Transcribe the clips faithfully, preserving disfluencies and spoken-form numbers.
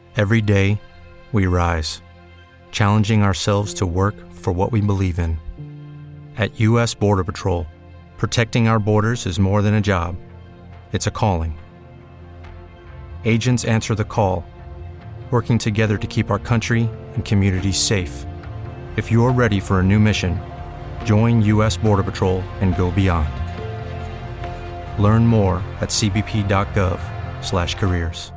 Every day, we rise, challenging ourselves to work for what we believe in. At U S Border Patrol, protecting our borders is more than a job. It's a calling. Agents answer the call, working together to keep our country and communities safe. If you're ready for a new mission, join U S Border Patrol and go beyond. Learn more at c b p dot gov slash careers.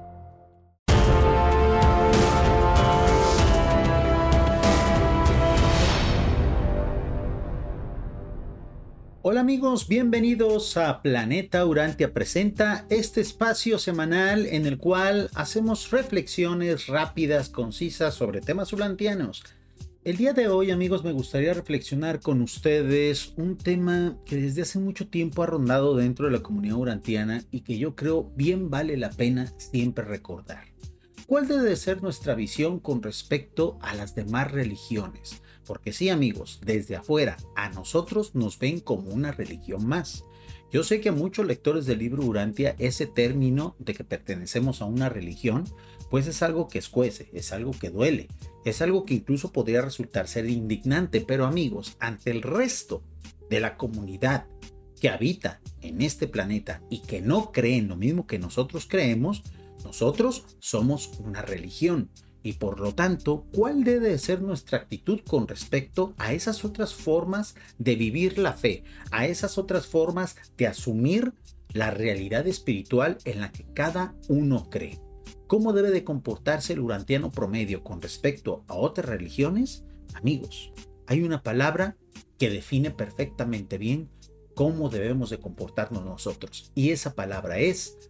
Hola amigos, bienvenidos a Planeta Urantia Presenta, este espacio semanal en el cual hacemos reflexiones rápidas, concisas sobre temas urantianos. El día de hoy, amigos, me gustaría reflexionar con ustedes un tema que desde hace mucho tiempo ha rondado dentro de la comunidad urantiana y que yo creo bien vale la pena siempre recordar. ¿Cuál debe ser nuestra visión con respecto a las demás religiones? Porque sí, amigos, desde afuera a nosotros nos ven como una religión más. Yo sé que a muchos lectores del libro Urantia ese término de que pertenecemos a una religión, pues es algo que escuece, es algo que duele, es algo que incluso podría resultar ser indignante, pero amigos, ante el resto de la comunidad que habita en este planeta y que no creen lo mismo que nosotros creemos, nosotros somos una religión. Y por lo tanto, ¿cuál debe ser nuestra actitud con respecto a esas otras formas de vivir la fe, a esas otras formas de asumir la realidad espiritual en la que cada uno cree? ¿Cómo debe de comportarse el urantiano promedio con respecto a otras religiones? Amigos, hay una palabra que define perfectamente bien cómo debemos de comportarnos nosotros. Y esa palabra es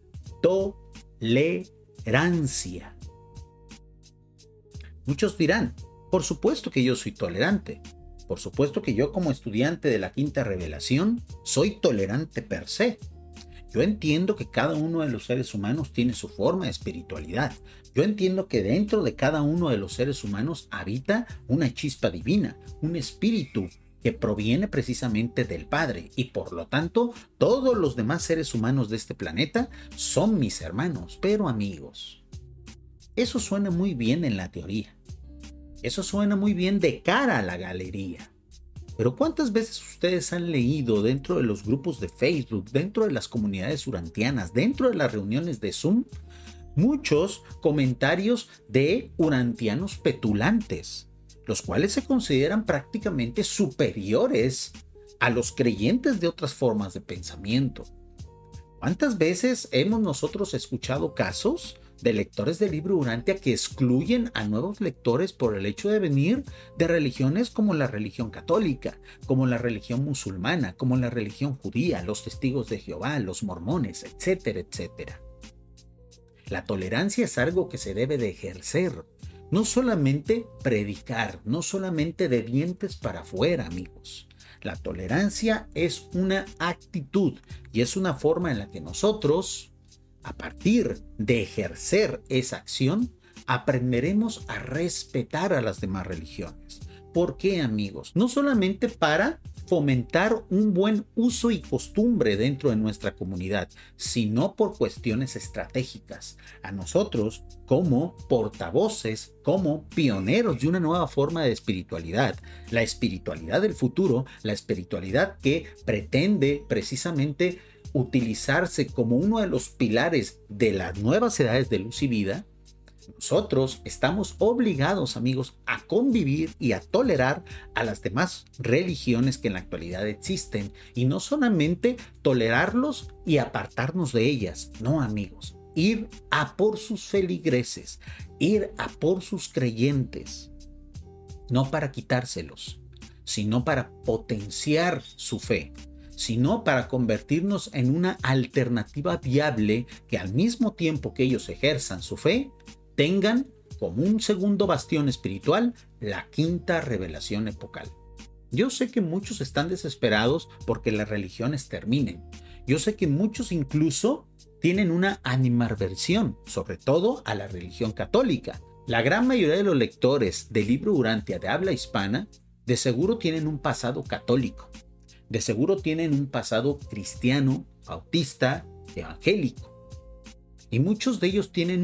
tolerancia. Muchos dirán, por supuesto que yo soy tolerante, por supuesto que yo como estudiante de la quinta revelación soy tolerante per se. Yo entiendo que cada uno de los seres humanos tiene su forma de espiritualidad. Yo entiendo que dentro de cada uno de los seres humanos habita una chispa divina, un espíritu que proviene precisamente del Padre y por lo tanto todos los demás seres humanos de este planeta son mis hermanos. Pero amigos, eso suena muy bien en la teoría. Eso suena muy bien de cara a la galería. Pero ¿cuántas veces ustedes han leído dentro de los grupos de Facebook, dentro de las comunidades urantianas, dentro de las reuniones de Zoom, muchos comentarios de urantianos petulantes, los cuales se consideran prácticamente superiores a los creyentes de otras formas de pensamiento? ¿Cuántas veces hemos nosotros escuchado casos de lectores del libro Urantia que excluyen a nuevos lectores por el hecho de venir de religiones como la religión católica, como la religión musulmana, como la religión judía, los testigos de Jehová, los mormones, etcétera, etcétera? La tolerancia es algo que se debe de ejercer, no solamente predicar, no solamente de dientes para afuera, amigos. La tolerancia es una actitud y es una forma en la que nosotros, a partir de ejercer esa acción, aprenderemos a respetar a las demás religiones. ¿Por qué, amigos? No solamente para fomentar un buen uso y costumbre dentro de nuestra comunidad, sino por cuestiones estratégicas. A nosotros, como portavoces, como pioneros de una nueva forma de espiritualidad, la espiritualidad del futuro, la espiritualidad que pretende precisamente utilizarse como uno de los pilares de las nuevas edades de luz y vida, nosotros estamos obligados, amigos, a convivir y a tolerar a las demás religiones que en la actualidad existen, y no solamente tolerarlos y apartarnos de ellas, no, amigos, ir a por sus feligreses, ir a por sus creyentes, no para quitárselos, sino para potenciar su fe, sino para convertirnos en una alternativa viable que al mismo tiempo que ellos ejerzan su fe, tengan como un segundo bastión espiritual la quinta revelación epocal. Yo sé que muchos están desesperados porque las religiones terminen. Yo sé que muchos incluso tienen una animadversión, sobre todo a la religión católica. La gran mayoría de los lectores del libro Urantia de habla hispana de seguro tienen un pasado católico. De seguro tienen un pasado cristiano, bautista, evangélico. Y muchos de ellos tienen un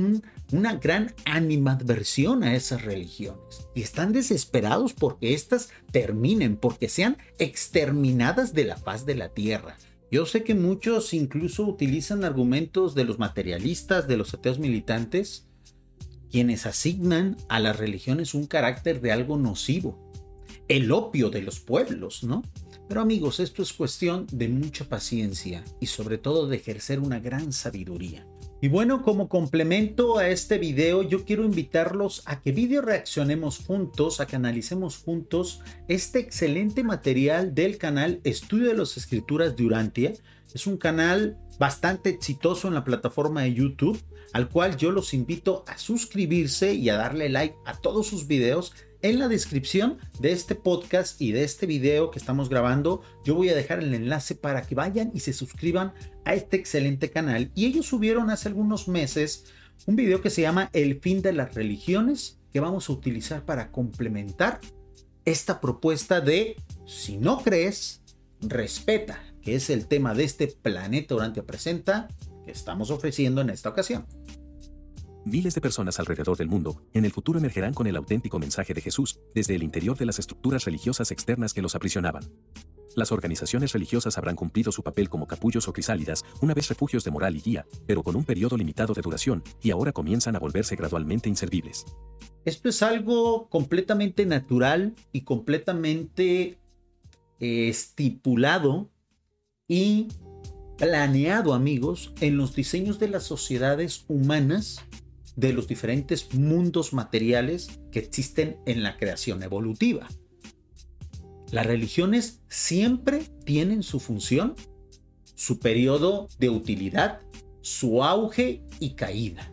una gran animadversión a esas religiones y están desesperados porque éstas terminen, porque sean exterminadas de la faz de la tierra. Yo sé que muchos incluso utilizan argumentos de los materialistas, de los ateos militantes, quienes asignan a las religiones un carácter de algo nocivo, el opio de los pueblos, ¿no? Pero amigos, esto es cuestión de mucha paciencia y sobre todo de ejercer una gran sabiduría. Y bueno, como complemento a este video, yo quiero invitarlos a que video reaccionemos juntos, a que analicemos juntos este excelente material del canal Estudio de las Escrituras de Urantia. Es un canal bastante exitoso en la plataforma de YouTube, al cual yo los invito a suscribirse y a darle like a todos sus videos. En la descripción de este podcast y de este video que estamos grabando, yo voy a dejar el enlace para que vayan y se suscriban a este excelente canal. Y ellos subieron hace algunos meses un video que se llama El fin de las religiones, que vamos a utilizar para complementar esta propuesta de si no crees, respeta, que es el tema de este Planeta Urantia Presenta que estamos ofreciendo en esta ocasión. Miles de personas alrededor del mundo, en el futuro emergerán con el auténtico mensaje de Jesús, desde el interior de las estructuras religiosas externas que los aprisionaban. Las organizaciones religiosas habrán cumplido su papel como capullos o crisálidas, una vez refugios de moral y guía, pero con un periodo limitado de duración, y ahora comienzan a volverse gradualmente inservibles. Esto es algo completamente natural y completamente eh, estipulado y planeado, amigos, en los diseños de las sociedades humanas, de los diferentes mundos materiales que existen en la creación evolutiva. Las religiones siempre tienen su función, su periodo de utilidad, su auge y caída.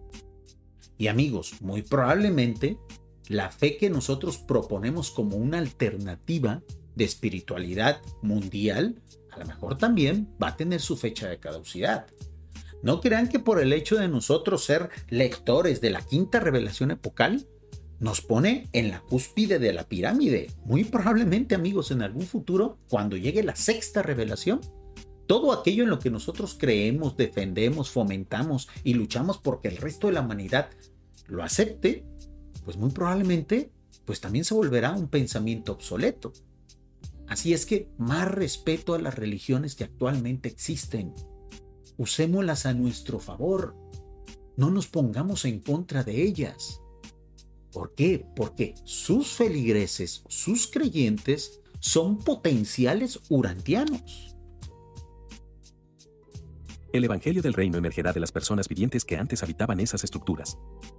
Y amigos, muy probablemente la fe que nosotros proponemos como una alternativa de espiritualidad mundial, a lo mejor también va a tener su fecha de caducidad. No crean que por el hecho de nosotros ser lectores de la quinta revelación epocal, nos pone en la cúspide de la pirámide. Muy probablemente, amigos, en algún futuro, cuando llegue la sexta revelación, todo aquello en lo que nosotros creemos, defendemos, fomentamos y luchamos porque el resto de la humanidad lo acepte, pues muy probablemente pues también se volverá un pensamiento obsoleto. Así es que más respeto a las religiones que actualmente existen. Usémoslas a nuestro favor. No nos pongamos en contra de ellas. ¿Por qué? Porque sus feligreses, sus creyentes, son potenciales urantianos. El Evangelio del Reino emergerá de las personas vivientes que antes habitaban esas estructuras.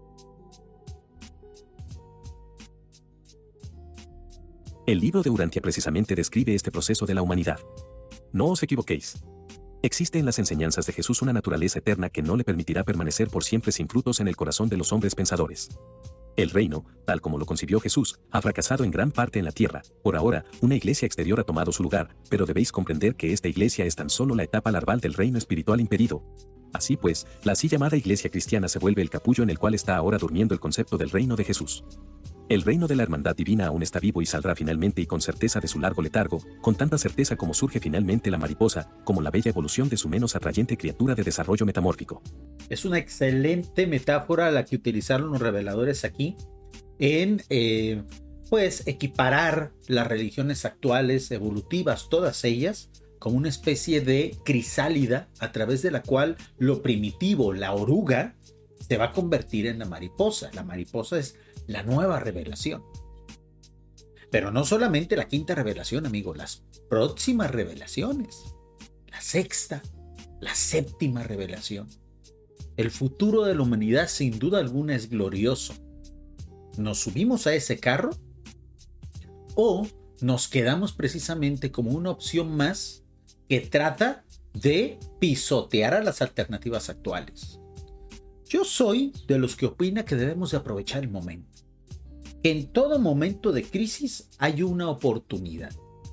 El libro de Urantia precisamente describe este proceso de la humanidad. No os equivoquéis. Existe en las enseñanzas de Jesús una naturaleza eterna que no le permitirá permanecer por siempre sin frutos en el corazón de los hombres pensadores. El reino, tal como lo concibió Jesús, ha fracasado en gran parte en la tierra. Por ahora, una iglesia exterior ha tomado su lugar, pero debéis comprender que esta iglesia es tan solo la etapa larval del reino espiritual impedido. Así pues, la así llamada iglesia cristiana se vuelve el capullo en el cual está ahora durmiendo el concepto del reino de Jesús. El reino de la hermandad divina aún está vivo y saldrá finalmente y con certeza de su largo letargo, con tanta certeza como surge finalmente la mariposa, como la bella evolución de su menos atrayente criatura de desarrollo metamórfico. Es una excelente metáfora la que utilizaron los reveladores aquí en eh, pues equiparar las religiones actuales, evolutivas, todas ellas, como una especie de crisálida a través de la cual lo primitivo, la oruga, se va a convertir en la mariposa. La mariposa es la nueva revelación. Pero no solamente la quinta revelación, amigos, las próximas revelaciones. La sexta, la séptima revelación. El futuro de la humanidad sin duda alguna es glorioso. ¿Nos subimos a ese carro? ¿O nos quedamos precisamente como una opción más que trata de pisotear a las alternativas actuales? Yo soy de los que opina que debemos de aprovechar el momento. Que en todo momento de crisis hay una oportunidad.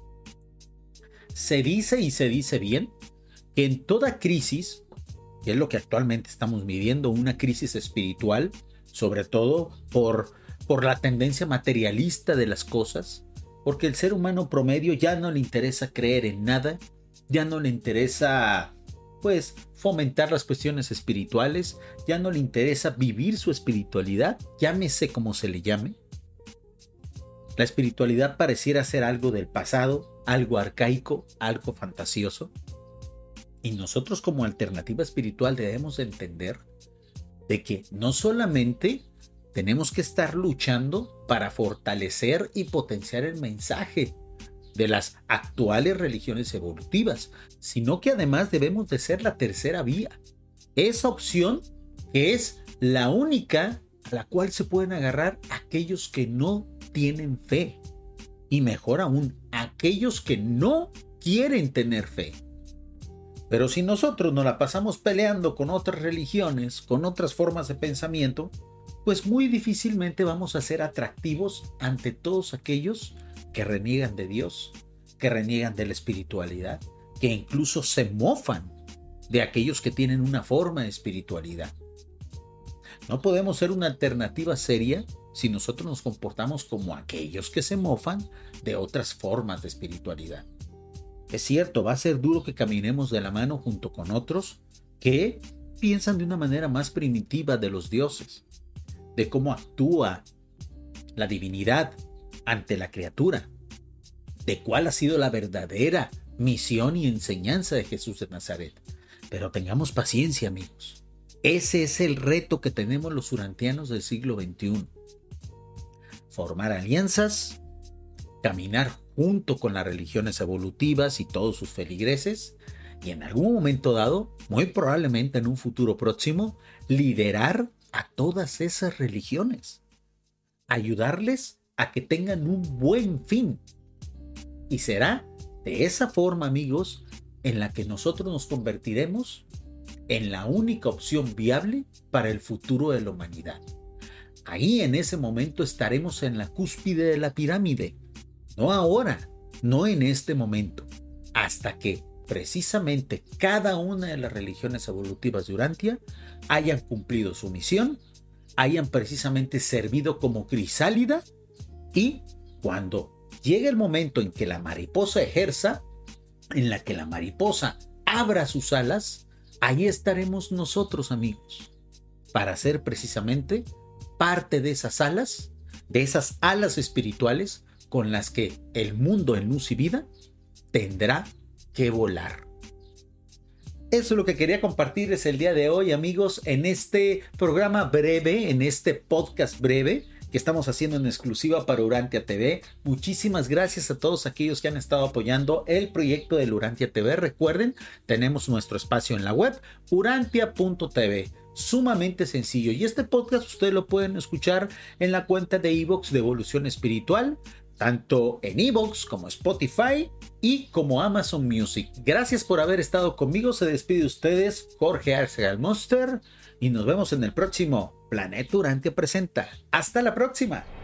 Se dice y se dice bien que en toda crisis, que es lo que actualmente estamos viviendo, una crisis espiritual, sobre todo por, por la tendencia materialista de las cosas, porque el ser humano promedio ya no le interesa creer en nada, ya no le interesa pues fomentar las cuestiones espirituales, ya no le interesa vivir su espiritualidad, llámese como se le llame. La espiritualidad pareciera ser algo del pasado, algo arcaico, algo fantasioso. Y nosotros como alternativa espiritual debemos entender de que no solamente tenemos que estar luchando para fortalecer y potenciar el mensaje de las actuales religiones evolutivas, sino que además debemos de ser la tercera vía. Esa opción que es la única a la cual se pueden agarrar aquellos que no tienen fe. Y mejor aún, aquellos que no quieren tener fe. Pero si nosotros nos la pasamos peleando con otras religiones, con otras formas de pensamiento, pues muy difícilmente vamos a ser atractivos ante todos aquellos que reniegan de Dios, que reniegan de la espiritualidad, que incluso se mofan de aquellos que tienen una forma de espiritualidad. No podemos ser una alternativa seria si nosotros nos comportamos como aquellos que se mofan de otras formas de espiritualidad. Es cierto, va a ser duro que caminemos de la mano junto con otros que piensan de una manera más primitiva de los dioses, de cómo actúa la divinidad ante la criatura, de cuál ha sido la verdadera misión y enseñanza de Jesús de Nazaret. Pero tengamos paciencia, amigos. Ese es el reto que tenemos los urantianos del siglo veintiuno. Formar alianzas, caminar junto con las religiones evolutivas y todos sus feligreses, y en algún momento dado, muy probablemente en un futuro próximo, liderar a todas esas religiones, ayudarles a que tengan un buen fin. Y será de esa forma, amigos, en la que nosotros nos convertiremos en la única opción viable para el futuro de la humanidad. Ahí en ese momento estaremos en la cúspide de la pirámide. No ahora, no en este momento, hasta que precisamente cada una de las religiones evolutivas de Urantia hayan cumplido su misión, hayan precisamente servido como crisálida, y cuando llegue el momento en que la mariposa ejerza, en la que la mariposa abra sus alas, ahí estaremos nosotros, amigos, para ser precisamente parte de esas alas, de esas alas espirituales con las que el mundo en luz y vida tendrá que volar. Eso es lo que quería compartirles el día de hoy, amigos, en este programa breve, en este podcast breve que estamos haciendo en exclusiva para Urantia T V. Muchísimas gracias a todos aquellos que han estado apoyando el proyecto de Urantia T V. Recuerden, tenemos nuestro espacio en la web, urantia punto t v. Sumamente sencillo. Y este podcast ustedes lo pueden escuchar en la cuenta de iVoox de Evolución Espiritual, tanto en iVoox como Spotify y como Amazon Music. Gracias por haber estado conmigo. Se despide de ustedes Jorge Arce el Monster y nos vemos en el próximo Planeta Urantia Presenta. ¡Hasta la próxima!